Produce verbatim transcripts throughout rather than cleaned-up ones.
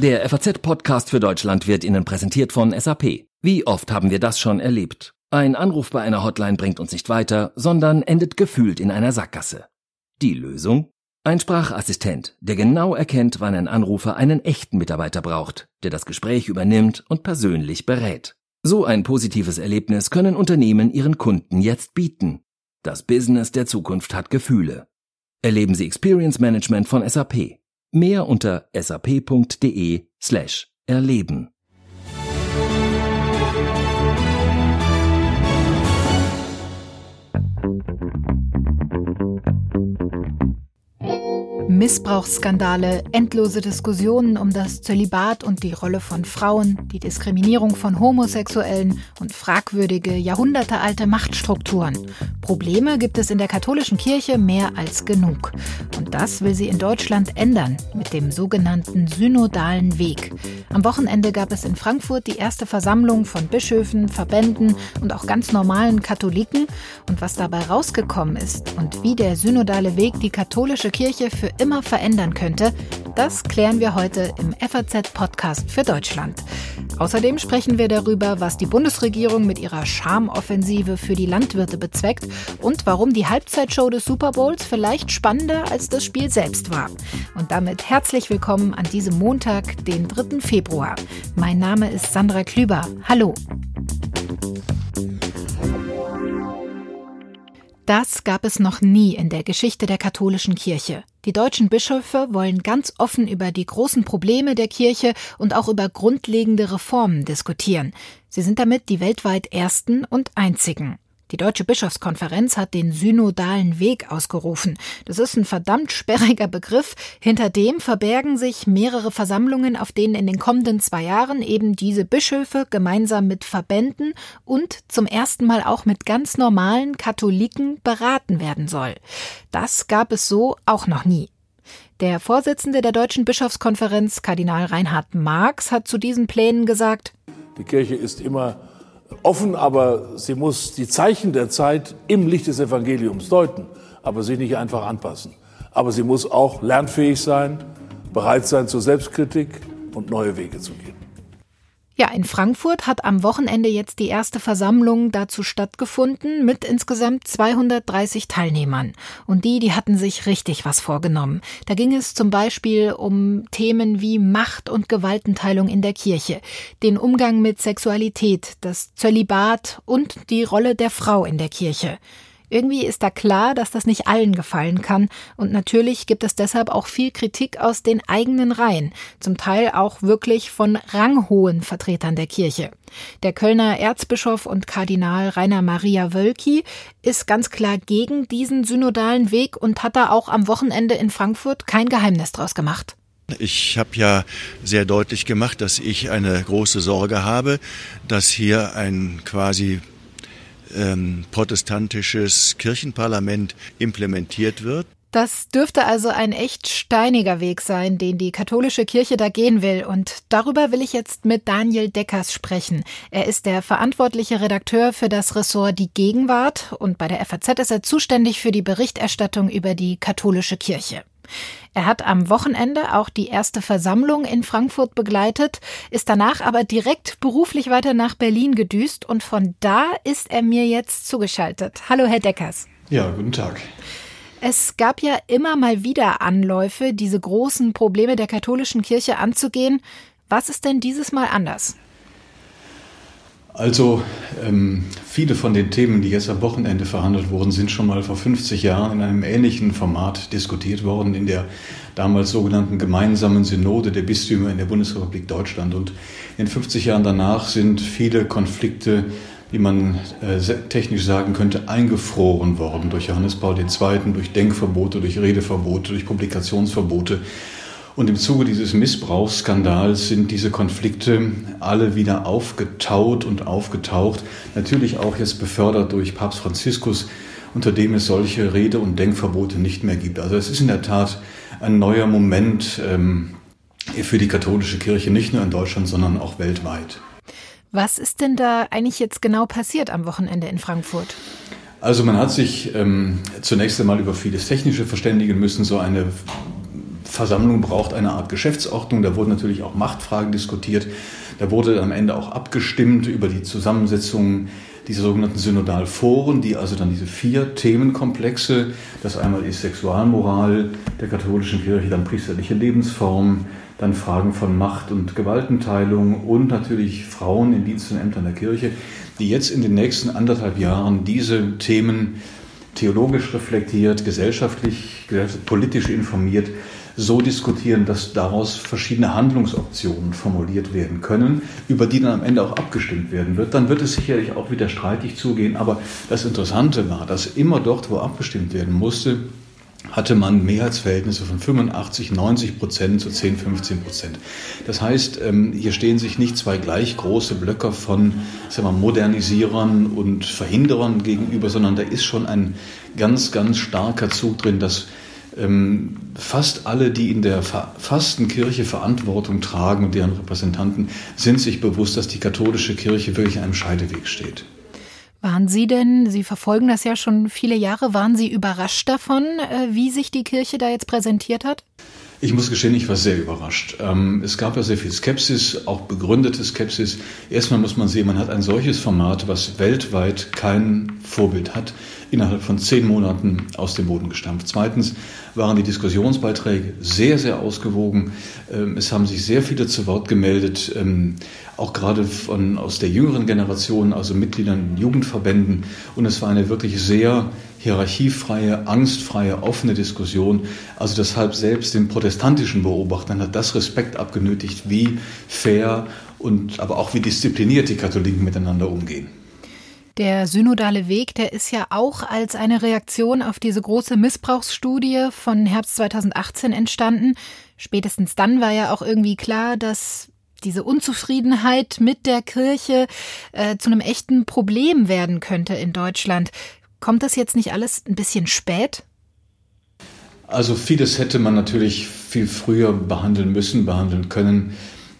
Der F A Z-Podcast für Deutschland wird Ihnen präsentiert von S A P. Wie oft haben wir das schon erlebt? Ein Anruf bei einer Hotline bringt uns nicht weiter, sondern endet gefühlt in einer Sackgasse. Die Lösung? Ein Sprachassistent, der genau erkennt, wann ein Anrufer einen echten Mitarbeiter braucht, der das Gespräch übernimmt und persönlich berät. So ein positives Erlebnis können Unternehmen ihren Kunden jetzt bieten. Das Business der Zukunft hat Gefühle. Erleben Sie Experience Management von S A P. Mehr unter sap.de slash erleben. Missbrauchsskandale, endlose Diskussionen um das Zölibat und die Rolle von Frauen, die Diskriminierung von Homosexuellen und fragwürdige, jahrhundertealte Machtstrukturen. Probleme gibt es in der katholischen Kirche mehr als genug. Und das will sie in Deutschland ändern mit dem sogenannten synodalen Weg. Am Wochenende gab es in Frankfurt die erste Versammlung von Bischöfen, Verbänden und auch ganz normalen Katholiken. Und was dabei rausgekommen ist und wie der synodale Weg die katholische Kirche für immer verändern könnte, das klären wir heute im F A Z-Podcast für Deutschland. Außerdem sprechen wir darüber, was die Bundesregierung mit ihrer Charmoffensive für die Landwirte bezweckt und warum die Halbzeitshow des Super Bowls vielleicht spannender als das Spiel selbst war. Und damit herzlich willkommen an diesem Montag, den dritten Februar. Mein Name ist Sandra Klüber. Hallo. Das gab es noch nie in der Geschichte der katholischen Kirche. Die deutschen Bischöfe wollen ganz offen über die großen Probleme der Kirche und auch über grundlegende Reformen diskutieren. Sie sind damit die weltweit ersten und einzigen. Die Deutsche Bischofskonferenz hat den synodalen Weg ausgerufen. Das ist ein verdammt sperriger Begriff. Hinter dem verbergen sich mehrere Versammlungen, auf denen in den kommenden zwei Jahren eben diese Bischöfe gemeinsam mit Verbänden und zum ersten Mal auch mit ganz normalen Katholiken beraten werden soll. Das gab es so auch noch nie. Der Vorsitzende der Deutschen Bischofskonferenz, Kardinal Reinhard Marx, hat zu diesen Plänen gesagt: Die Kirche ist immer offen, aber sie muss die Zeichen der Zeit im Licht des Evangeliums deuten, aber sie nicht einfach anpassen. Aber sie muss auch lernfähig sein, bereit sein zur Selbstkritik und neue Wege zu gehen. Ja, in Frankfurt hat am Wochenende jetzt die erste Versammlung dazu stattgefunden mit insgesamt zweihundertdreißig Teilnehmern. Und die, die hatten sich richtig was vorgenommen. Da ging es zum Beispiel um Themen wie Macht- und Gewaltenteilung in der Kirche, den Umgang mit Sexualität, das Zölibat und die Rolle der Frau in der Kirche. Irgendwie ist da klar, dass das nicht allen gefallen kann. Und natürlich gibt es deshalb auch viel Kritik aus den eigenen Reihen. Zum Teil auch wirklich von ranghohen Vertretern der Kirche. Der Kölner Erzbischof und Kardinal Rainer Maria Wölki ist ganz klar gegen diesen synodalen Weg und hat da auch am Wochenende in Frankfurt kein Geheimnis draus gemacht. Ich habe ja sehr deutlich gemacht, dass ich eine große Sorge habe, dass hier ein quasi Ähm, protestantisches Kirchenparlament implementiert wird. Das dürfte also ein echt steiniger Weg sein, den die katholische Kirche da gehen will. Und darüber will ich jetzt mit Daniel Deckers sprechen. Er ist der verantwortliche Redakteur für das Ressort Die Gegenwart und bei der F A Z ist er zuständig für die Berichterstattung über die katholische Kirche. Er hat am Wochenende auch die erste Versammlung in Frankfurt begleitet, ist danach aber direkt beruflich weiter nach Berlin gedüst und von da ist er mir jetzt zugeschaltet. Hallo, Herr Deckers. Ja, guten Tag. Es gab ja immer mal wieder Anläufe, diese großen Probleme der katholischen Kirche anzugehen. Was ist denn dieses Mal anders? Also ähm, viele von den Themen, die jetzt am Wochenende verhandelt wurden, sind schon mal vor fünfzig Jahren in einem ähnlichen Format diskutiert worden, in der damals sogenannten gemeinsamen Synode der Bistümer in der Bundesrepublik Deutschland. Und in fünfzig Jahren danach sind viele Konflikte, wie man äh, technisch sagen könnte, eingefroren worden durch Johannes Paul der Zweite., durch Denkverbote, durch Redeverbote, durch Publikationsverbote. Und im Zuge dieses Missbrauchsskandals sind diese Konflikte alle wieder aufgetaut und aufgetaucht. Natürlich auch jetzt befördert durch Papst Franziskus, unter dem es solche Rede- und Denkverbote nicht mehr gibt. Also es ist in der Tat ein neuer Moment ähm, für die katholische Kirche, nicht nur in Deutschland, sondern auch weltweit. Was ist denn da eigentlich jetzt genau passiert am Wochenende in Frankfurt? Also man hat sich ähm, zunächst einmal über vieles Technische verständigen müssen, so eine Versammlung braucht eine Art Geschäftsordnung. Da wurden natürlich auch Machtfragen diskutiert. Da wurde am Ende auch abgestimmt über die Zusammensetzung dieser sogenannten Synodalforen, die also dann diese vier Themenkomplexe, das einmal ist Sexualmoral der katholischen Kirche, dann priesterliche Lebensform, dann Fragen von Macht- und Gewaltenteilung und natürlich Frauen in Dienst und Ämtern der Kirche, die jetzt in den nächsten anderthalb Jahren diese Themen theologisch reflektiert, gesellschaftlich, politisch informiert, so diskutieren, dass daraus verschiedene Handlungsoptionen formuliert werden können, über die dann am Ende auch abgestimmt werden wird. Dann wird es sicherlich auch wieder streitig zugehen, aber das Interessante war, dass immer dort, wo abgestimmt werden musste, hatte man Mehrheitsverhältnisse von fünfundachtzig, neunzig Prozent zu zehn, fünfzehn Prozent. Das heißt, hier stehen sich nicht zwei gleich große Blöcke von, sagen wir, Modernisierern und Verhinderern gegenüber, sondern da ist schon ein ganz, ganz starker Zug drin, dass ähm, fast alle, die in der verfassten Kirche Verantwortung tragen und deren Repräsentanten, sind sich bewusst, dass die katholische Kirche wirklich an einem Scheideweg steht. Waren Sie denn, Sie verfolgen das ja schon viele Jahre, waren Sie überrascht davon, wie sich die Kirche da jetzt präsentiert hat? Ich muss gestehen, ich war sehr überrascht. Es gab ja sehr viel Skepsis, auch begründete Skepsis. Erstmal muss man sehen, man hat ein solches Format, was weltweit kein Vorbild hat, innerhalb von zehn Monaten aus dem Boden gestampft. Zweitens waren die Diskussionsbeiträge sehr, sehr ausgewogen. Es haben sich sehr viele zu Wort gemeldet, auch gerade von, aus der jüngeren Generation, also Mitgliedern in Jugendverbänden. Und es war eine wirklich sehr hierarchiefreie, angstfreie, offene Diskussion. Also deshalb selbst den protestantischen Beobachtern hat das Respekt abgenötigt, wie fair und aber auch wie diszipliniert die Katholiken miteinander umgehen. Der synodale Weg, der ist ja auch als eine Reaktion auf diese große Missbrauchsstudie von Herbst zweitausendachtzehn entstanden. Spätestens dann war ja auch irgendwie klar, dass diese Unzufriedenheit mit der Kirche äh, zu einem echten Problem werden könnte in Deutschland. Kommt das jetzt nicht alles ein bisschen spät? Also vieles hätte man natürlich viel früher behandeln müssen, behandeln können.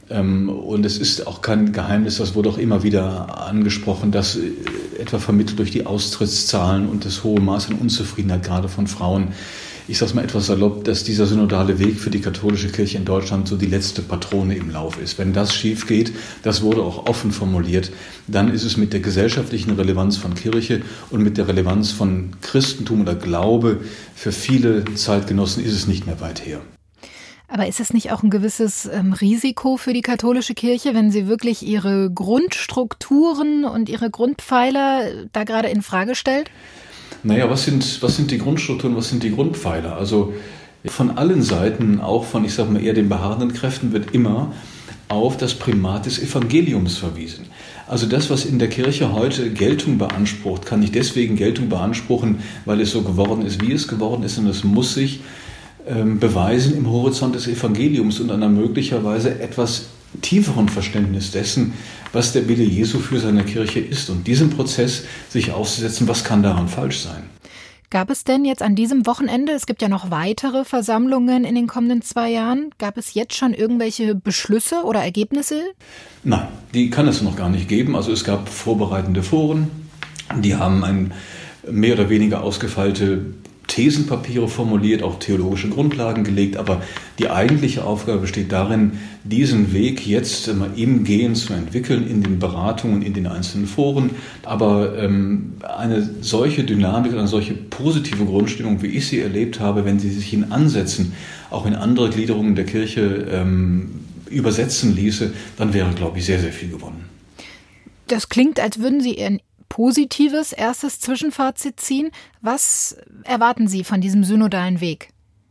Und es ist auch kein Geheimnis, das wurde auch immer wieder angesprochen, dass etwa vermittelt durch die Austrittszahlen und das hohe Maß an Unzufriedenheit gerade von Frauen, ich sage es mal etwas salopp, dass dieser synodale Weg für die katholische Kirche in Deutschland so die letzte Patrone im Lauf ist. Wenn das schief geht, das wurde auch offen formuliert, dann ist es mit der gesellschaftlichen Relevanz von Kirche und mit der Relevanz von Christentum oder Glaube für viele Zeitgenossen ist es nicht mehr weit her. Aber ist es nicht auch ein gewisses ähm, Risiko für die katholische Kirche, wenn sie wirklich ihre Grundstrukturen und ihre Grundpfeiler da gerade in Frage stellt? Naja, was sind, was sind die Grundstrukturen, was sind die Grundpfeiler? Also von allen Seiten, auch von, ich sage mal, eher den beharrenden Kräften, wird immer auf das Primat des Evangeliums verwiesen. Also das, was in der Kirche heute Geltung beansprucht, kann nicht deswegen Geltung beanspruchen, weil es so geworden ist, wie es geworden ist, sondern es muss sich ähm, beweisen im Horizont des Evangeliums und einer möglicherweise etwas tieferen Verständnis dessen, was der Wille Jesu für seine Kirche ist. Und diesen Prozess sich auszusetzen, was kann daran falsch sein? Gab es denn jetzt an diesem Wochenende, es gibt ja noch weitere Versammlungen in den kommenden zwei Jahren, gab es jetzt schon irgendwelche Beschlüsse oder Ergebnisse? Nein, die kann es noch gar nicht geben. Also es gab vorbereitende Foren, die haben ein mehr oder weniger ausgefeilte Thesenpapiere formuliert, auch theologische Grundlagen gelegt, aber die eigentliche Aufgabe besteht darin, diesen Weg jetzt immer im Gehen zu entwickeln, in den Beratungen, in den einzelnen Foren. Aber ähm, eine solche Dynamik, eine solche positive Grundstimmung, wie ich sie erlebt habe, wenn sie sich in Ansätzen auch in andere Gliederungen der Kirche ähm, übersetzen ließe, dann wäre, glaube ich, sehr, sehr viel gewonnen. Das klingt, als würden Sie Ihren positives erstes Zwischenfazit ziehen. Was erwarten Sie von diesem synodalen Weg?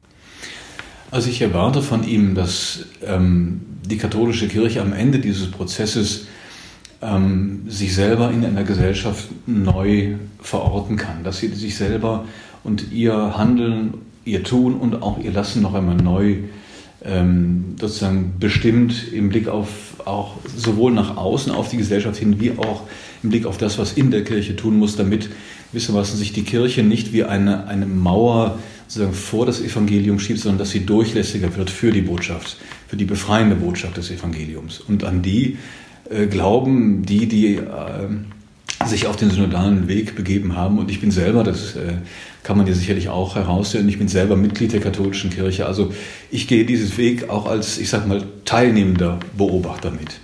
Also ich erwarte von ihm, dass ähm, die katholische Kirche am Ende dieses Prozesses ähm, sich selber in einer Gesellschaft neu verorten kann, dass sie sich selber und ihr Handeln, ihr Tun und auch ihr Lassen noch einmal neu ähm, sozusagen bestimmt im Blick auf auch sowohl nach außen auf die Gesellschaft hin, wie auch im Blick auf das, was in der Kirche tun muss, damit gewissermaßen sich die Kirche nicht wie eine, eine Mauer sozusagen vor das Evangelium schiebt, sondern dass sie durchlässiger wird für die Botschaft, für die befreiende Botschaft des Evangeliums. Und an die äh, glauben die, die äh, sich auf den synodalen Weg begeben haben. Und ich bin selber, das äh, kann man ja sicherlich auch heraushören, ich bin selber Mitglied der katholischen Kirche. Also ich gehe diesen Weg auch als, ich sag mal, teilnehmender Beobachter mit.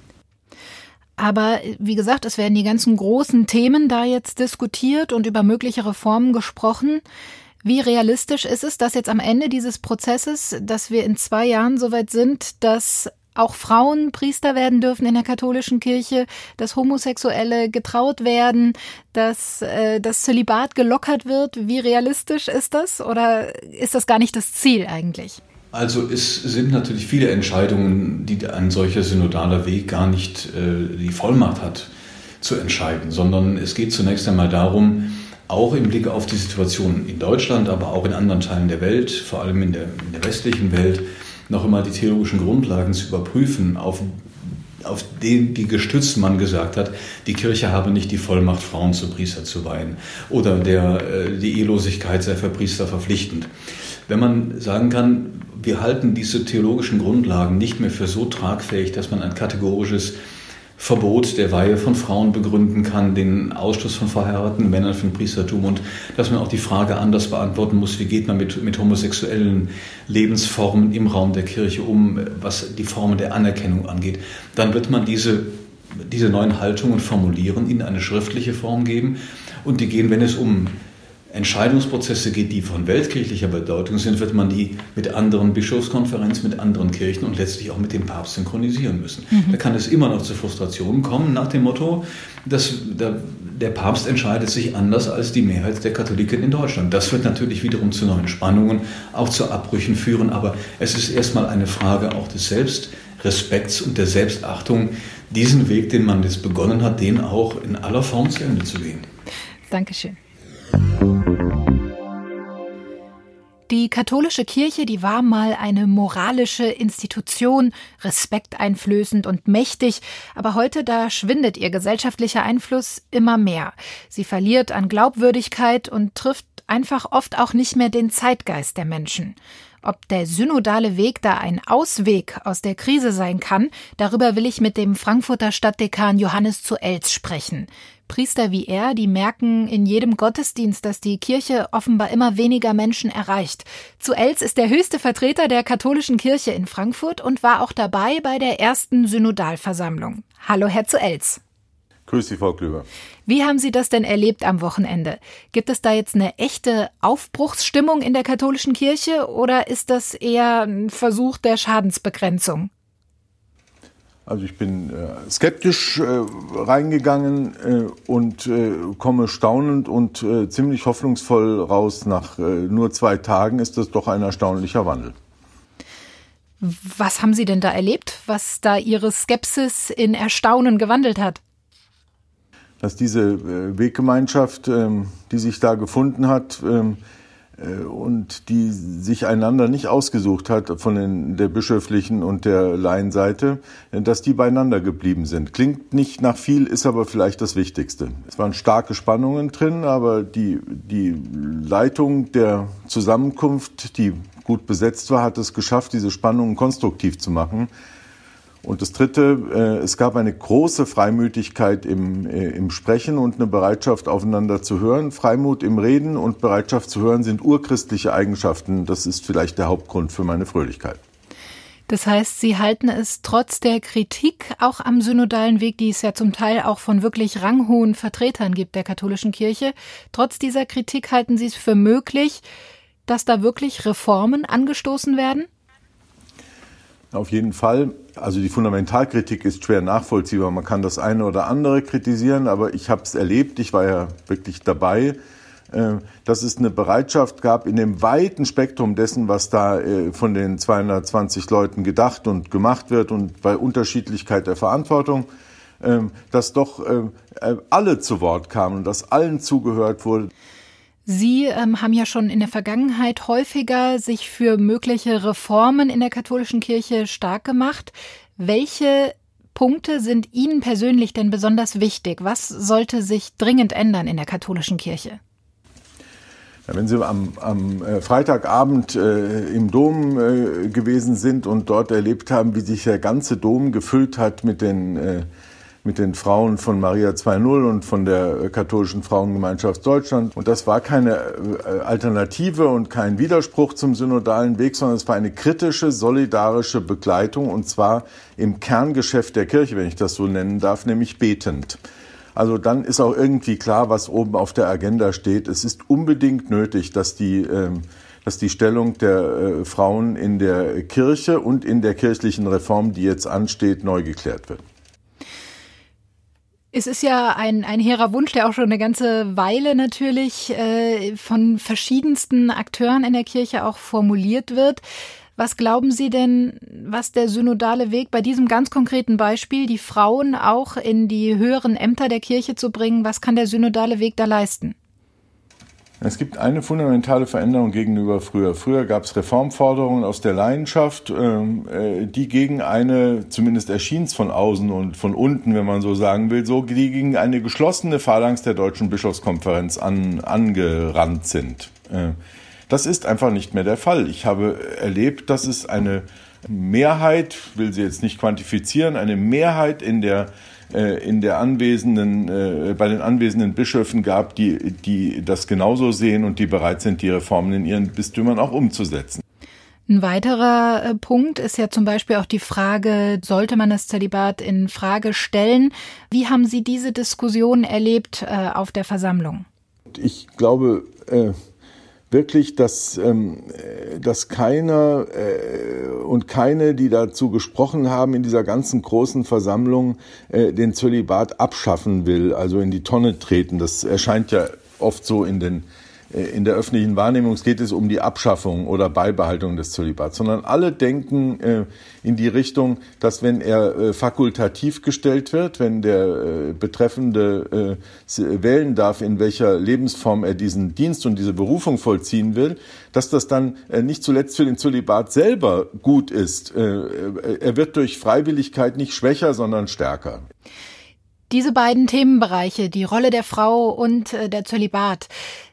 Aber wie gesagt, es werden die ganzen großen Themen da jetzt diskutiert und über mögliche Reformen gesprochen. Wie realistisch ist es, dass jetzt am Ende dieses Prozesses, dass wir in zwei Jahren soweit sind, dass auch Frauen Priester werden dürfen in der katholischen Kirche, dass Homosexuelle getraut werden, dass äh, das Zölibat gelockert wird? Wie realistisch ist das oder ist das gar nicht das Ziel eigentlich? Also es sind natürlich viele Entscheidungen, die ein solcher synodaler Weg gar nicht äh, die Vollmacht hat zu entscheiden, sondern es geht zunächst einmal darum, auch im Blick auf die Situation in Deutschland, aber auch in anderen Teilen der Welt, vor allem in der, in der westlichen Welt, noch einmal die theologischen Grundlagen zu überprüfen, auf, auf den, die gestützt man gesagt hat, die Kirche habe nicht die Vollmacht, Frauen zu Priester zu weihen oder der, die Ehelosigkeit sei für Priester verpflichtend. Wenn man sagen kann, wir halten diese theologischen Grundlagen nicht mehr für so tragfähig, dass man ein kategorisches Verbot der Weihe von Frauen begründen kann, den Ausschluss von verheirateten Männern vom Priestertum und dass man auch die Frage anders beantworten muss, wie geht man mit, mit homosexuellen Lebensformen im Raum der Kirche um, was die Formen der Anerkennung angeht. Dann wird man diese, diese neuen Haltungen formulieren, in eine schriftliche Form geben und die gehen, wenn es um Entscheidungsprozesse geht, die von weltkirchlicher Bedeutung sind, wird man die mit anderen Bischofskonferenzen, mit anderen Kirchen und letztlich auch mit dem Papst synchronisieren müssen. Mhm. Da kann es immer noch zu Frustrationen kommen nach dem Motto, dass der, der Papst entscheidet sich anders als die Mehrheit der Katholiken in Deutschland. Das wird natürlich wiederum zu neuen Spannungen, auch zu Abbrüchen führen, aber es ist erstmal eine Frage auch des Selbstrespekts und der Selbstachtung, diesen Weg, den man jetzt begonnen hat, den auch in aller Form zu Ende zu gehen. Dankeschön. Die katholische Kirche, die war mal eine moralische Institution, respekteinflößend und mächtig, aber heute, da schwindet ihr gesellschaftlicher Einfluss immer mehr. Sie verliert an Glaubwürdigkeit und trifft einfach oft auch nicht mehr den Zeitgeist der Menschen. Ob der synodale Weg da ein Ausweg aus der Krise sein kann, darüber will ich mit dem Frankfurter Stadtdekan Johannes zu Eltz sprechen. Priester wie er, die merken in jedem Gottesdienst, dass die Kirche offenbar immer weniger Menschen erreicht. Zu Eltz ist der höchste Vertreter der katholischen Kirche in Frankfurt und war auch dabei bei der ersten Synodalversammlung. Hallo, Herr zu Eltz. Grüß Sie, Frau Klüver. Wie haben Sie das denn erlebt am Wochenende? Gibt es da jetzt eine echte Aufbruchsstimmung in der katholischen Kirche oder ist das eher ein Versuch der Schadensbegrenzung? Also ich bin äh, skeptisch äh, reingegangen äh, und äh, komme staunend und äh, ziemlich hoffnungsvoll raus. Nach äh, nur zwei Tagen ist das doch ein erstaunlicher Wandel. Was haben Sie denn da erlebt, was da Ihre Skepsis in Erstaunen gewandelt hat? Dass diese äh, Weggemeinschaft, äh, die sich da gefunden hat, äh, und die sich einander nicht ausgesucht hat von den, der bischöflichen und der Laienseite, dass die beieinander geblieben sind. Klingt nicht nach viel, ist aber vielleicht das Wichtigste. Es waren starke Spannungen drin, aber die, die Leitung der Zusammenkunft, die gut besetzt war, hat es geschafft, diese Spannungen konstruktiv zu machen. Und das Dritte, äh, es gab eine große Freimütigkeit im, äh, im Sprechen und eine Bereitschaft, aufeinander zu hören. Freimut im Reden und Bereitschaft zu hören sind urchristliche Eigenschaften. Das ist vielleicht der Hauptgrund für meine Fröhlichkeit. Das heißt, Sie halten es trotz der Kritik auch am synodalen Weg, die es ja zum Teil auch von wirklich ranghohen Vertretern gibt der katholischen Kirche, trotz dieser Kritik halten Sie es für möglich, dass da wirklich Reformen angestoßen werden? Auf jeden Fall. Also die Fundamentalkritik ist schwer nachvollziehbar. Man kann das eine oder andere kritisieren, aber ich habe es erlebt, ich war ja wirklich dabei, dass es eine Bereitschaft gab in dem weiten Spektrum dessen, was da von den zweihundertzwanzig Leuten gedacht und gemacht wird und bei Unterschiedlichkeit der Verantwortung, dass doch alle zu Wort kamen, dass allen zugehört wurde. Sie ähm, haben ja schon in der Vergangenheit häufiger sich für mögliche Reformen in der katholischen Kirche stark gemacht. Welche Punkte sind Ihnen persönlich denn besonders wichtig? Was sollte sich dringend ändern in der katholischen Kirche? Ja, wenn Sie am, am äh, Freitagabend äh, im Dom äh, gewesen sind und dort erlebt haben, wie sich der ganze Dom gefüllt hat mit den äh, mit den Frauen von Maria zwei Punkt null und von der katholischen Frauengemeinschaft Deutschland. Und das war keine Alternative und kein Widerspruch zum synodalen Weg, sondern es war eine kritische, solidarische Begleitung, und zwar im Kerngeschäft der Kirche, wenn ich das so nennen darf, nämlich betend. Also dann ist auch irgendwie klar, was oben auf der Agenda steht. Es ist unbedingt nötig, dass die, dass die Stellung der Frauen in der Kirche und in der kirchlichen Reform, die jetzt ansteht, neu geklärt wird. Es ist ja ein, ein hehrer Wunsch, der auch schon eine ganze Weile natürlich äh, von verschiedensten Akteuren in der Kirche auch formuliert wird. Was glauben Sie denn, was der synodale Weg bei diesem ganz konkreten Beispiel, die Frauen auch in die höheren Ämter der Kirche zu bringen, was kann der synodale Weg da leisten? Es gibt eine fundamentale Veränderung gegenüber früher. Früher gab es Reformforderungen aus der Laienschaft, äh, die gegen eine, zumindest erschien es von außen und von unten, wenn man so sagen will, so die gegen eine geschlossene Phalanx der Deutschen Bischofskonferenz an, angerannt sind. Äh, das ist einfach nicht mehr der Fall. Ich habe erlebt, dass es eine Mehrheit, will sie jetzt nicht quantifizieren, eine Mehrheit in der in der anwesenden, äh, bei den anwesenden Bischöfen gab, die, die das genauso sehen und die bereit sind, die Reformen in ihren Bistümern auch umzusetzen. Ein weiterer äh, Punkt ist ja zum Beispiel auch die Frage, sollte man das Zölibat in Frage stellen? Wie haben Sie diese Diskussion erlebt äh, auf der Versammlung? Ich glaube, äh, wirklich, dass, ähm, dass keiner äh, und keine, die dazu gesprochen haben in dieser ganzen großen Versammlung, äh, den Zölibat abschaffen will, also in die Tonne treten. Das erscheint ja oft so in den in der öffentlichen Wahrnehmung, es geht es um die Abschaffung oder Beibehaltung des Zölibats, sondern alle denken äh, in die Richtung, dass wenn er äh, fakultativ gestellt wird, wenn der äh, Betreffende äh, wählen darf, in welcher Lebensform er diesen Dienst und diese Berufung vollziehen will, dass das dann äh, nicht zuletzt für den Zölibat selber gut ist. Äh, er wird durch Freiwilligkeit nicht schwächer, sondern stärker. Diese beiden Themenbereiche, die Rolle der Frau und äh, der Zölibat,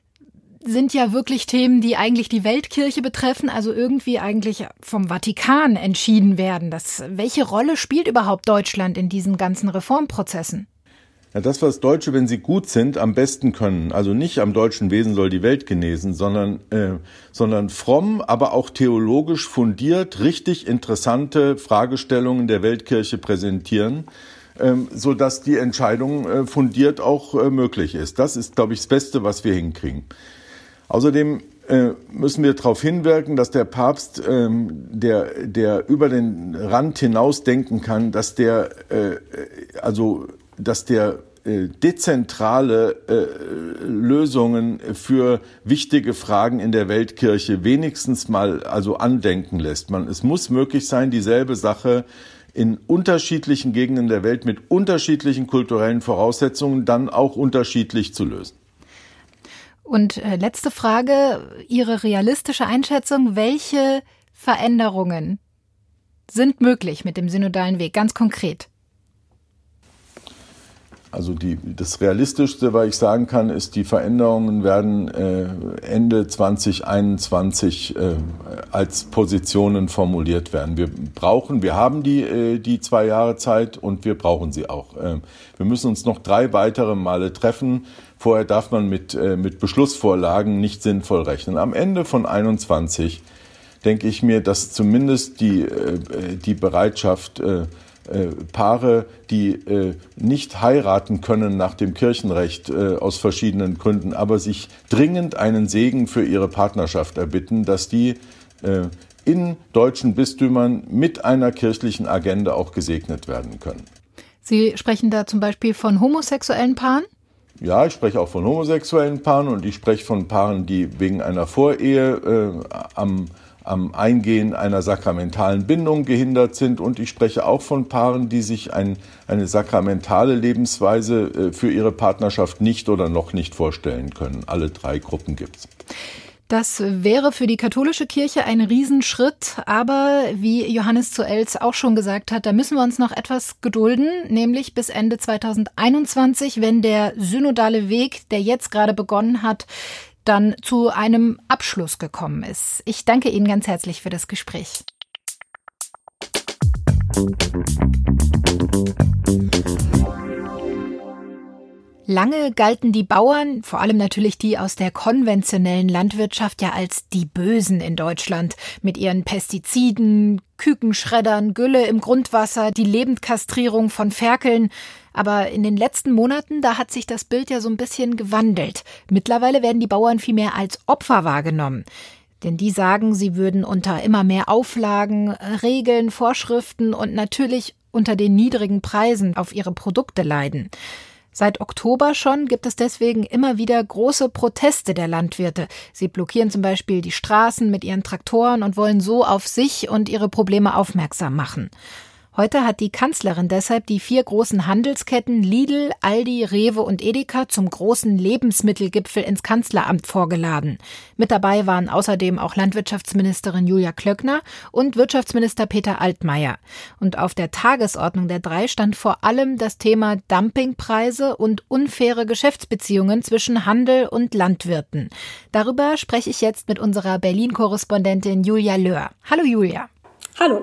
sind ja wirklich Themen, die eigentlich die Weltkirche betreffen, also irgendwie eigentlich vom Vatikan entschieden werden. Das, welche Rolle spielt überhaupt Deutschland in diesen ganzen Reformprozessen? Ja, das, was Deutsche, wenn sie gut sind, am besten können, also nicht am deutschen Wesen soll die Welt genesen, sondern, äh, sondern fromm, aber auch theologisch fundiert, richtig interessante Fragestellungen der Weltkirche präsentieren, ähm, sodass die Entscheidung äh, fundiert auch äh, möglich ist. Das ist, glaube ich, das Beste, was wir hinkriegen. Außerdem äh, müssen wir darauf hinwirken, dass der Papst, ähm, der, der über den Rand hinaus denken kann, dass der, äh, also, dass der äh, dezentrale äh, Lösungen für wichtige Fragen in der Weltkirche wenigstens mal also andenken lässt. Man, es muss möglich sein, dieselbe Sache in unterschiedlichen Gegenden der Welt mit unterschiedlichen kulturellen Voraussetzungen dann auch unterschiedlich zu lösen. Und äh, letzte Frage, Ihre realistische Einschätzung, welche Veränderungen sind möglich mit dem synodalen Weg, ganz konkret? Also die, das Realistischste, was ich sagen kann, ist, die Veränderungen werden äh, Ende zwanzig einundzwanzig äh, als Positionen formuliert werden. Wir brauchen, wir haben die, äh, die zwei Jahre Zeit und wir brauchen sie auch. Äh, wir müssen uns noch drei weitere Male treffen. Vorher darf man mit, äh, mit Beschlussvorlagen nicht sinnvoll rechnen. Am Ende von einundzwanzig denke ich mir, dass zumindest die, äh, die Bereitschaft, äh, Äh, Paare, die äh, nicht heiraten können nach dem Kirchenrecht äh, aus verschiedenen Gründen, aber sich dringend einen Segen für ihre Partnerschaft erbitten, dass die äh, in deutschen Bistümern mit einer kirchlichen Agenda auch gesegnet werden können. Sie sprechen da zum Beispiel von homosexuellen Paaren? Ja, ich spreche auch von homosexuellen Paaren und ich spreche von Paaren, die wegen einer Vorehe äh, am am Eingehen einer sakramentalen Bindung gehindert sind. Und ich spreche auch von Paaren, die sich ein, eine sakramentale Lebensweise für ihre Partnerschaft nicht oder noch nicht vorstellen können. Alle drei Gruppen gibt's. Das wäre für die katholische Kirche ein Riesenschritt, aber wie Johannes zu Eltz auch schon gesagt hat, da müssen wir uns noch etwas gedulden, nämlich bis Ende zweitausendeinundzwanzig, wenn der synodale Weg, der jetzt gerade begonnen hat, dann zu einem Abschluss gekommen ist. Ich danke Ihnen ganz herzlich für das Gespräch. Lange galten die Bauern, vor allem natürlich die aus der konventionellen Landwirtschaft, ja als die Bösen in Deutschland. Mit ihren Pestiziden, Kükenschreddern, Gülle im Grundwasser, die Lebendkastrierung von Ferkeln. Aber in den letzten Monaten, da hat sich das Bild ja so ein bisschen gewandelt. Mittlerweile werden die Bauern vielmehr als Opfer wahrgenommen. Denn die sagen, sie würden unter immer mehr Auflagen, Regeln, Vorschriften und natürlich unter den niedrigen Preisen auf ihre Produkte leiden. Seit Oktober schon gibt es deswegen immer wieder große Proteste der Landwirte. Sie blockieren zum Beispiel die Straßen mit ihren Traktoren und wollen so auf sich und ihre Probleme aufmerksam machen. Heute hat die Kanzlerin deshalb die vier großen Handelsketten Lidl, Aldi, Rewe und Edeka zum großen Lebensmittelgipfel ins Kanzleramt vorgeladen. Mit dabei waren außerdem auch Landwirtschaftsministerin Julia Klöckner und Wirtschaftsminister Peter Altmaier. Und auf der Tagesordnung der drei stand vor allem das Thema Dumpingpreise und unfaire Geschäftsbeziehungen zwischen Handel und Landwirten. Darüber spreche ich jetzt mit unserer Berlin-Korrespondentin Julia Löhr. Hallo Julia. Hallo.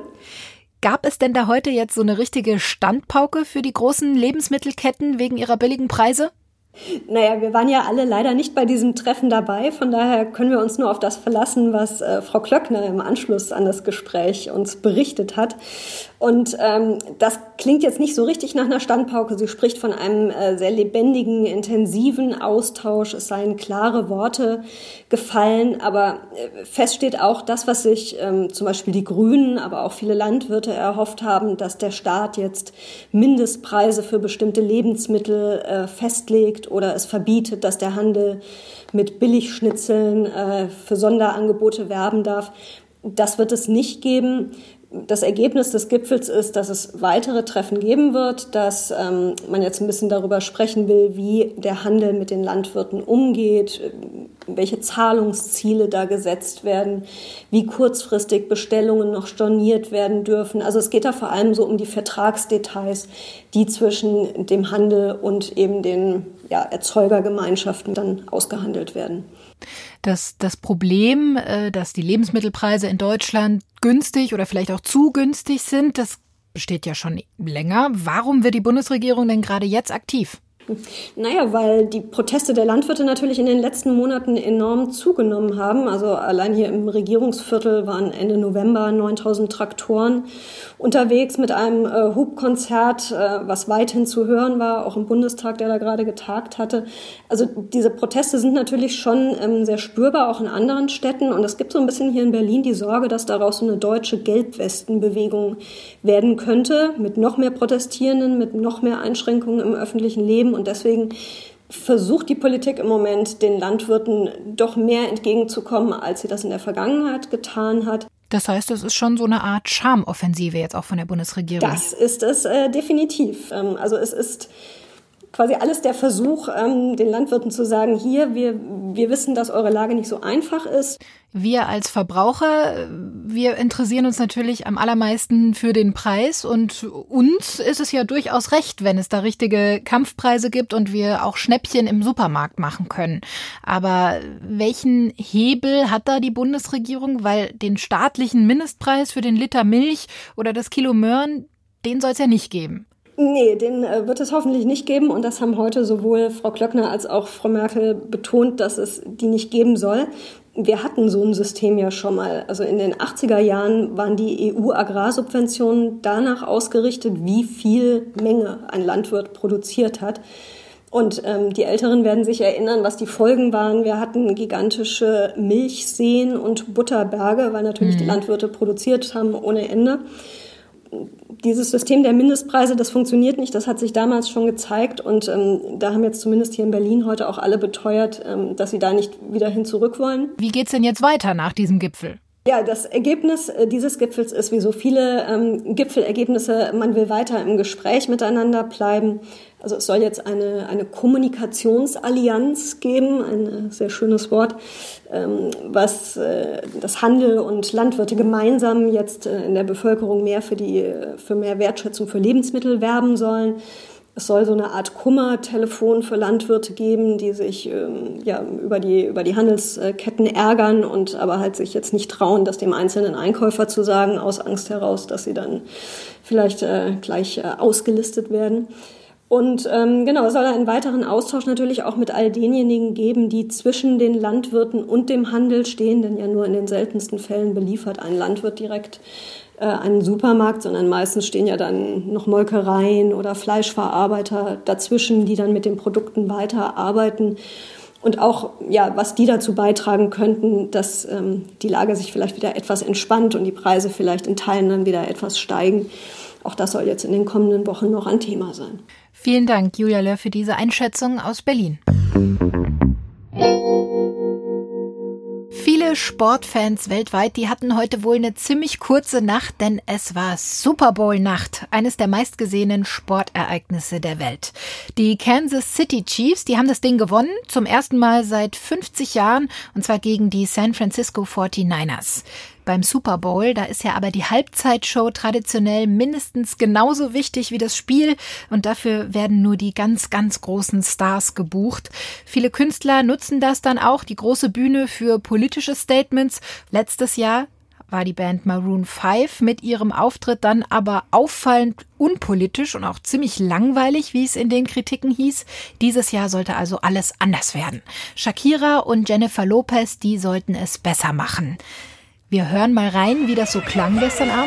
Gab es denn da heute jetzt so eine richtige Standpauke für die großen Lebensmittelketten wegen ihrer billigen Preise? Naja, wir waren ja alle leider nicht bei diesem Treffen dabei. Von daher können wir uns nur auf das verlassen, was äh, Frau Klöckner im Anschluss an das Gespräch uns berichtet hat. Und ähm, das klingt jetzt nicht so richtig nach einer Standpauke. Sie spricht von einem äh, sehr lebendigen, intensiven Austausch. Es seien klare Worte gefallen. Aber äh, fest steht auch das, was sich ähm, zum Beispiel die Grünen, aber auch viele Landwirte erhofft haben, dass der Staat jetzt Mindestpreise für bestimmte Lebensmittel äh, festlegt oder es verbietet, dass der Handel mit Billigschnitzeln äh, für Sonderangebote werben darf. Das wird es nicht geben. Das Ergebnis des Gipfels ist, dass es weitere Treffen geben wird, dass ähm, man jetzt ein bisschen darüber sprechen will, wie der Handel mit den Landwirten umgeht, welche Zahlungsziele da gesetzt werden, wie kurzfristig Bestellungen noch storniert werden dürfen. Also es geht da vor allem so um die Vertragsdetails, die zwischen dem Handel und eben den ja, Erzeugergemeinschaften dann ausgehandelt werden. Das, das Problem, dass die Lebensmittelpreise in Deutschland günstig oder vielleicht auch zu günstig sind, das besteht ja schon länger. Warum wird die Bundesregierung denn gerade jetzt aktiv? Naja, weil die Proteste der Landwirte natürlich in den letzten Monaten enorm zugenommen haben. Also allein hier im Regierungsviertel waren Ende November neuntausend Traktoren unterwegs mit einem äh, Hubkonzert, äh, was weithin zu hören war, auch im Bundestag, der da gerade getagt hatte. Also diese Proteste sind natürlich schon ähm, sehr spürbar, auch in anderen Städten. Und es gibt so ein bisschen hier in Berlin die Sorge, dass daraus so eine deutsche Gelbwestenbewegung werden könnte, mit noch mehr Protestierenden, mit noch mehr Einschränkungen im öffentlichen Leben. Und deswegen versucht die Politik im Moment, den Landwirten doch mehr entgegenzukommen, als sie das in der Vergangenheit getan hat. Das heißt, es ist schon so eine Art Charmoffensive jetzt auch von der Bundesregierung. Das ist es äh, definitiv. Ähm, also es ist quasi alles der Versuch, ähm, den Landwirten zu sagen, hier, wir, wir wissen, dass eure Lage nicht so einfach ist. Wir als Verbraucher, wir interessieren uns natürlich am allermeisten für den Preis und uns ist es ja durchaus recht, wenn es da richtige Kampfpreise gibt und wir auch Schnäppchen im Supermarkt machen können. Aber welchen Hebel hat da die Bundesregierung? Weil den staatlichen Mindestpreis für den Liter Milch oder das Kilo Möhren, den soll es ja nicht geben. Nee, den äh, wird es hoffentlich nicht geben. Und das haben heute sowohl Frau Klöckner als auch Frau Merkel betont, dass es die nicht geben soll. Wir hatten so ein System ja schon mal. Also in den achtziger Jahren waren die E U-Agrarsubventionen danach ausgerichtet, wie viel Menge ein Landwirt produziert hat. Und ähm, die Älteren werden sich erinnern, was die Folgen waren. Wir hatten gigantische Milchseen und Butterberge, weil natürlich mhm. die Landwirte produziert haben ohne Ende. Dieses System der Mindestpreise, das funktioniert nicht, das hat sich damals schon gezeigt und ähm, da haben jetzt zumindest hier in Berlin heute auch alle beteuert, ähm, dass sie da nicht wieder hin zurück wollen. Wie geht's denn jetzt weiter nach diesem Gipfel? Ja, das Ergebnis dieses Gipfels ist wie so viele ähm, Gipfelergebnisse, man will weiter im Gespräch miteinander bleiben. Also es soll jetzt eine, eine Kommunikationsallianz geben, ein sehr schönes Wort, ähm, was äh, das Handel und Landwirte gemeinsam jetzt äh, in der Bevölkerung mehr für die, für mehr Wertschätzung für Lebensmittel werben sollen. Es soll so eine Art Kummertelefon für Landwirte geben, die sich ähm, ja, über die, über die Handelsketten ärgern und aber halt sich jetzt nicht trauen, das dem einzelnen Einkäufer zu sagen, aus Angst heraus, dass sie dann vielleicht äh, gleich äh, ausgelistet werden. Und ähm, genau, es soll einen weiteren Austausch natürlich auch mit all denjenigen geben, die zwischen den Landwirten und dem Handel stehen, denn ja nur in den seltensten Fällen beliefert ein Landwirt direkt äh, einen Supermarkt, sondern meistens stehen ja dann noch Molkereien oder Fleischverarbeiter dazwischen, die dann mit den Produkten weiterarbeiten. Und auch, ja, was die dazu beitragen könnten, dass ähm, die Lage sich vielleicht wieder etwas entspannt und die Preise vielleicht in Teilen dann wieder etwas steigen. Auch das soll jetzt in den kommenden Wochen noch ein Thema sein. Vielen Dank, Julia Löhr, für diese Einschätzung aus Berlin. Viele Sportfans weltweit, die hatten heute wohl eine ziemlich kurze Nacht, denn es war Super Bowl-Nacht, eines der meistgesehenen Sportereignisse der Welt. Die Kansas City Chiefs, die haben das Ding gewonnen, zum ersten Mal seit fünfzig Jahren, und zwar gegen die San Francisco forty-niners. Beim Super Bowl, da ist ja aber die Halbzeitshow traditionell mindestens genauso wichtig wie das Spiel und dafür werden nur die ganz, ganz großen Stars gebucht. Viele Künstler nutzen das dann auch, die große Bühne, für politische Statements. Letztes Jahr war die Band Maroon five mit ihrem Auftritt dann aber auffallend unpolitisch und auch ziemlich langweilig, wie es in den Kritiken hieß. Dieses Jahr sollte also alles anders werden. Shakira und Jennifer Lopez, die sollten es besser machen. Wir hören mal rein, wie das so klang gestern Abend.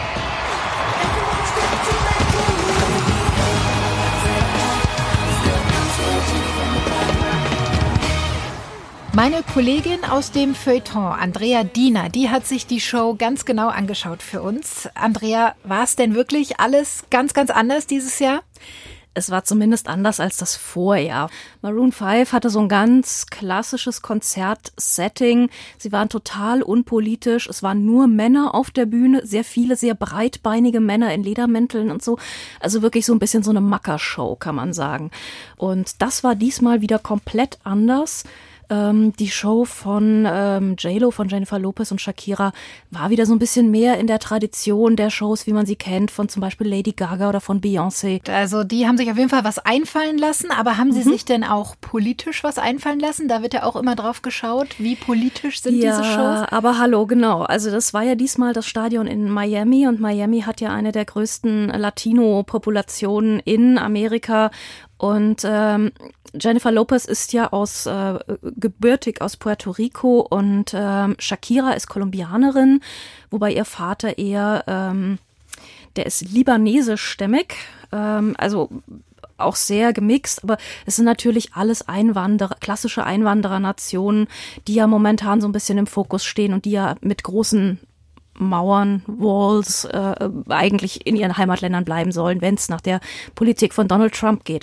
Meine Kollegin aus dem Feuilleton, Andrea Diener, die hat sich die Show ganz genau angeschaut für uns. Andrea, war es denn wirklich alles ganz, ganz anders dieses Jahr? Es war zumindest anders als das Vorjahr. Maroon five hatte so ein ganz klassisches Konzertsetting. Sie waren total unpolitisch. Es waren nur Männer auf der Bühne, sehr viele, sehr breitbeinige Männer in Ledermänteln und so. Also wirklich so ein bisschen so eine Mackershow, kann man sagen. Und das war diesmal wieder komplett anders. Ähm, die Show von ähm, J-Lo, von Jennifer Lopez und Shakira war wieder so ein bisschen mehr in der Tradition der Shows, wie man sie kennt, von zum Beispiel Lady Gaga oder von Beyoncé. Also die haben sich auf jeden Fall was einfallen lassen, aber haben sie mhm. sich denn auch politisch was einfallen lassen? Da wird ja auch immer drauf geschaut, wie politisch sind ja, diese Shows? Ja, aber hallo, genau. Also das war ja diesmal das Stadion in Miami und Miami hat ja eine der größten Latino-Populationen in Amerika. Und ähm, Jennifer Lopez ist ja aus äh, gebürtig aus Puerto Rico und ähm, Shakira ist Kolumbianerin, wobei ihr Vater eher, ähm, der ist libanesischstämmig, ähm, also auch sehr gemixt, aber es sind natürlich alles Einwanderer, klassische Einwanderernationen, die ja momentan so ein bisschen im Fokus stehen und die ja mit großen Mauern, Walls äh, eigentlich in ihren Heimatländern bleiben sollen, wenn es nach der Politik von Donald Trump geht.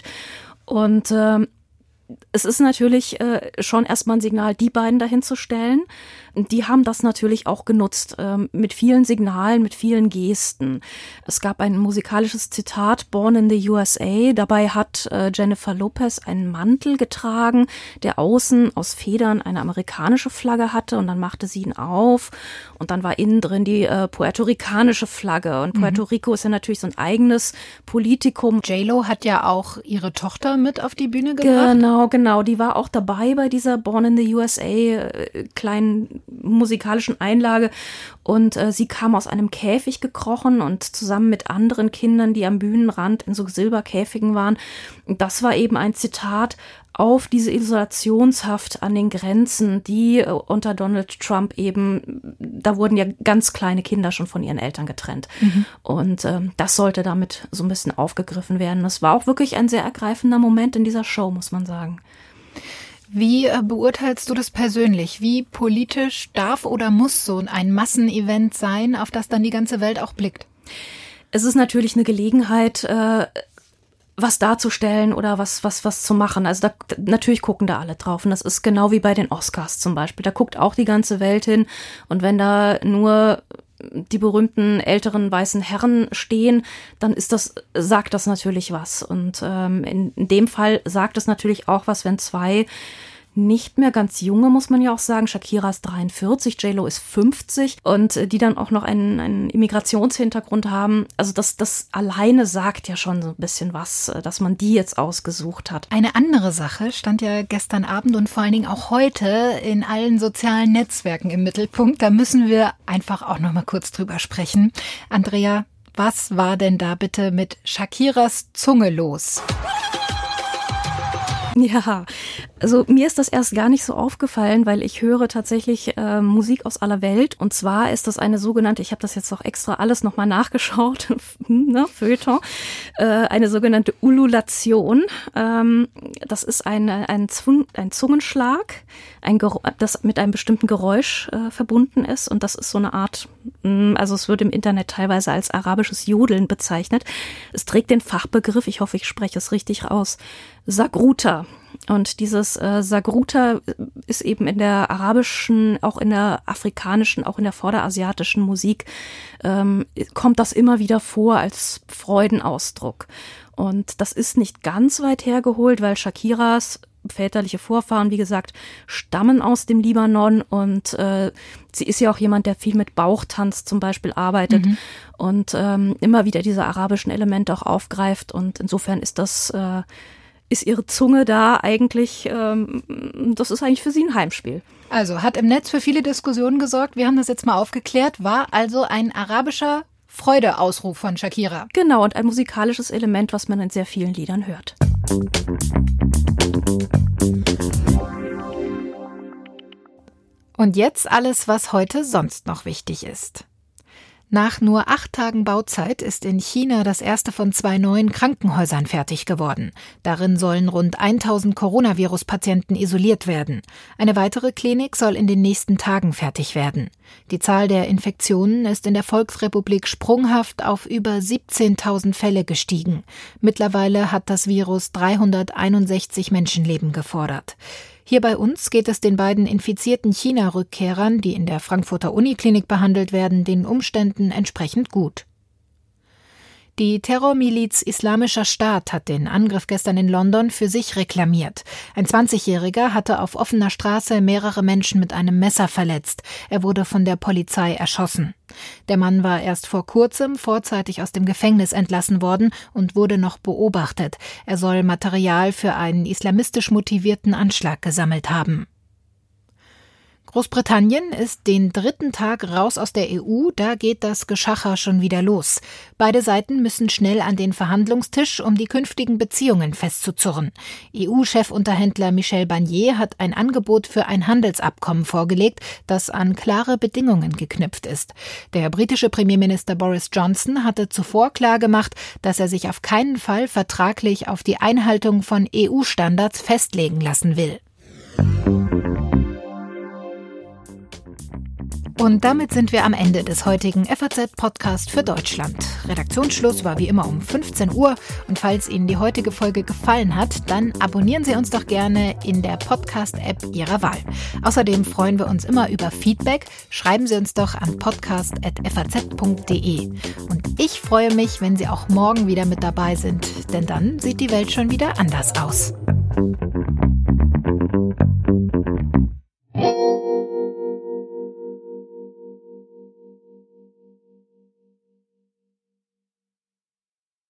Und ähm, es ist natürlich äh, schon erstmal ein Signal, die beiden dahin zu stellen. Die haben das natürlich auch genutzt, ähm, mit vielen Signalen, mit vielen Gesten. Es gab ein musikalisches Zitat, Born in the U S A. Dabei hat äh, Jennifer Lopez einen Mantel getragen, der außen aus Federn eine amerikanische Flagge hatte und dann machte sie ihn auf und dann war innen drin die äh, puerto-ricanische Flagge. Und Puerto mhm. Rico ist ja natürlich so ein eigenes Politikum. J-Lo hat ja auch ihre Tochter mit auf die Bühne gebracht. Genau, genau. Die war auch dabei bei dieser Born in the U S A äh, kleinen musikalischen Einlage und äh, sie kam aus einem Käfig gekrochen und zusammen mit anderen Kindern, die am Bühnenrand in so Silberkäfigen waren. Und das war eben ein Zitat auf diese Isolationshaft an den Grenzen, die äh, unter Donald Trump eben, da wurden ja ganz kleine Kinder schon von ihren Eltern getrennt. Mhm. Und ähm, das sollte damit so ein bisschen aufgegriffen werden. Das war auch wirklich ein sehr ergreifender Moment in dieser Show, muss man sagen. Wie äh, beurteilst du das persönlich? Wie politisch darf oder muss so ein Massenevent sein, auf das dann die ganze Welt auch blickt? Es ist natürlich eine Gelegenheit, äh, was darzustellen oder was was was zu machen. Also da, natürlich gucken da alle drauf und das ist genau wie bei den Oscars zum Beispiel. Da guckt auch die ganze Welt hin und wenn da nur die berühmten älteren weißen Herren stehen, dann ist das, sagt das natürlich was. Und ähm, in, in dem Fall sagt es natürlich auch was, wenn zwei nicht mehr ganz junge, muss man ja auch sagen, Shakira ist dreiundvierzig, J-Lo ist fünfzig und äh, die dann auch noch einen, einen Immigrationshintergrund haben. Also das, das alleine sagt ja schon so ein bisschen was, dass man die jetzt ausgesucht hat. Eine andere Sache stand ja gestern Abend und vor allen Dingen auch heute in allen sozialen Netzwerken im Mittelpunkt. Da müssen wir einfach auch noch mal kurz drüber sprechen. Andrea, Was war denn da bitte mit Shakiras Zunge los? Ja, also mir ist das erst gar nicht so aufgefallen, weil ich höre tatsächlich äh, Musik aus aller Welt. Und zwar ist das eine sogenannte, ich habe das jetzt auch extra alles nochmal nachgeschaut, ne, Feuilleton, äh, eine sogenannte Ululation. Ähm, das ist ein, ein, Zung, ein Zungenschlag, ein das mit einem bestimmten Geräusch äh, verbunden ist. Und das ist so eine Art, mh, also es wird im Internet teilweise als arabisches Jodeln bezeichnet. Es trägt den Fachbegriff, ich hoffe, ich spreche es richtig aus, Sagruta. Und dieses äh, Sagruta ist eben in der arabischen, auch in der afrikanischen, auch in der vorderasiatischen Musik, ähm, kommt das immer wieder vor als Freudenausdruck. Und das ist nicht ganz weit hergeholt, weil Shakiras väterliche Vorfahren, wie gesagt, stammen aus dem Libanon und äh, sie ist ja auch jemand, der viel mit Bauchtanz zum Beispiel arbeitet mhm. und ähm, immer wieder diese arabischen Elemente auch aufgreift. Und insofern ist das äh, ist ihre Zunge da eigentlich, ähm, das ist eigentlich für sie ein Heimspiel. Also hat im Netz für viele Diskussionen gesorgt. Wir haben das jetzt mal aufgeklärt. War also ein arabischer Freudeausruf von Shakira. Genau, und ein musikalisches Element, was man in sehr vielen Liedern hört. Und jetzt alles, was heute sonst noch wichtig ist. Nach nur acht Tagen Bauzeit ist in China das erste von zwei neuen Krankenhäusern fertig geworden. Darin sollen rund tausend Coronavirus-Patienten isoliert werden. Eine weitere Klinik soll in den nächsten Tagen fertig werden. Die Zahl der Infektionen ist in der Volksrepublik sprunghaft auf über siebzehntausend Fälle gestiegen. Mittlerweile hat das Virus dreihunderteinundsechzig Menschenleben gefordert. Hier bei uns geht es den beiden infizierten China-Rückkehrern, die in der Frankfurter Uniklinik behandelt werden, den Umständen entsprechend gut. Die Terrormiliz Islamischer Staat hat den Angriff gestern in London für sich reklamiert. Ein zwanzigjähriger hatte auf offener Straße mehrere Menschen mit einem Messer verletzt. Er wurde von der Polizei erschossen. Der Mann war erst vor kurzem vorzeitig aus dem Gefängnis entlassen worden und wurde noch beobachtet. Er soll Material für einen islamistisch motivierten Anschlag gesammelt haben. Großbritannien ist den dritten Tag raus aus der E U, da geht das Geschacher schon wieder los. Beide Seiten müssen schnell an den Verhandlungstisch, um die künftigen Beziehungen festzuzurren. E U-Chefunterhändler Michel Barnier hat ein Angebot für ein Handelsabkommen vorgelegt, das an klare Bedingungen geknüpft ist. Der britische Premierminister Boris Johnson hatte zuvor klargemacht, dass er sich auf keinen Fall vertraglich auf die Einhaltung von E U-Standards festlegen lassen will. Und damit sind wir am Ende des heutigen F A Z-Podcast für Deutschland. Redaktionsschluss war wie immer um fünfzehn Uhr. Und falls Ihnen die heutige Folge gefallen hat, dann abonnieren Sie uns doch gerne in der Podcast-App Ihrer Wahl. Außerdem freuen wir uns immer über Feedback. Schreiben Sie uns doch an podcast at f a z punkt d e. Und ich freue mich, wenn Sie auch morgen wieder mit dabei sind, denn dann sieht die Welt schon wieder anders aus.